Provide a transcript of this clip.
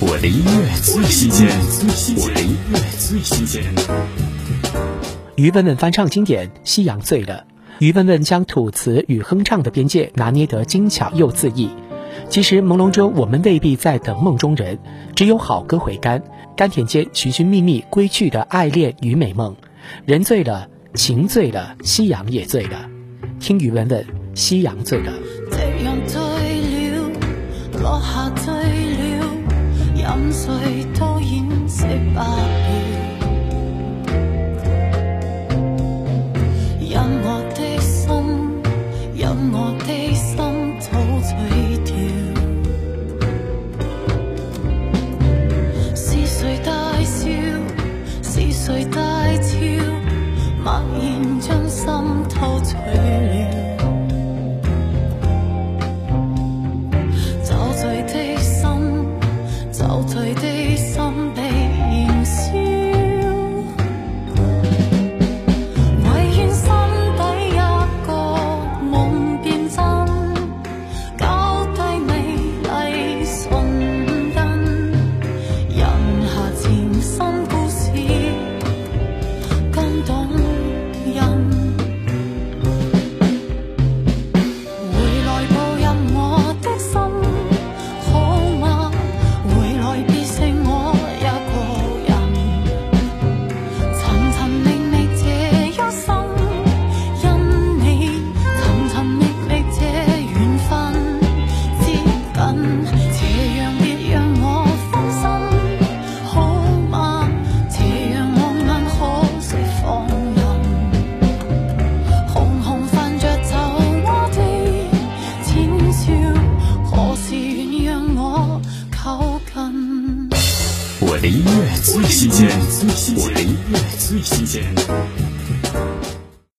我的音乐最新鲜，我的音乐最新鲜。 于文文翻唱经典《夕阳醉了》，于文文将吐词与哼唱的边界拿捏得精巧又恣意。其实朦胧中我们未必在等梦中人，只有好歌回甘，甘甜间寻寻觅觅归去的爱恋与美梦。人醉了，情醉了，夕阳也醉了。听于文文《夕阳醉了》。 夕陽醉了，落下醉了，飲水都掩飾白了。任我的心，任我的心陶醉掉。是誰大笑？是誰大俏？默然將心陶醉了。酒醉的心被燃燒，唯願心底一個夢變真，交低美麗瞬間，人下前生故事更動人。回來步入我的心， 我的音乐最新鲜，我的音乐最新鲜。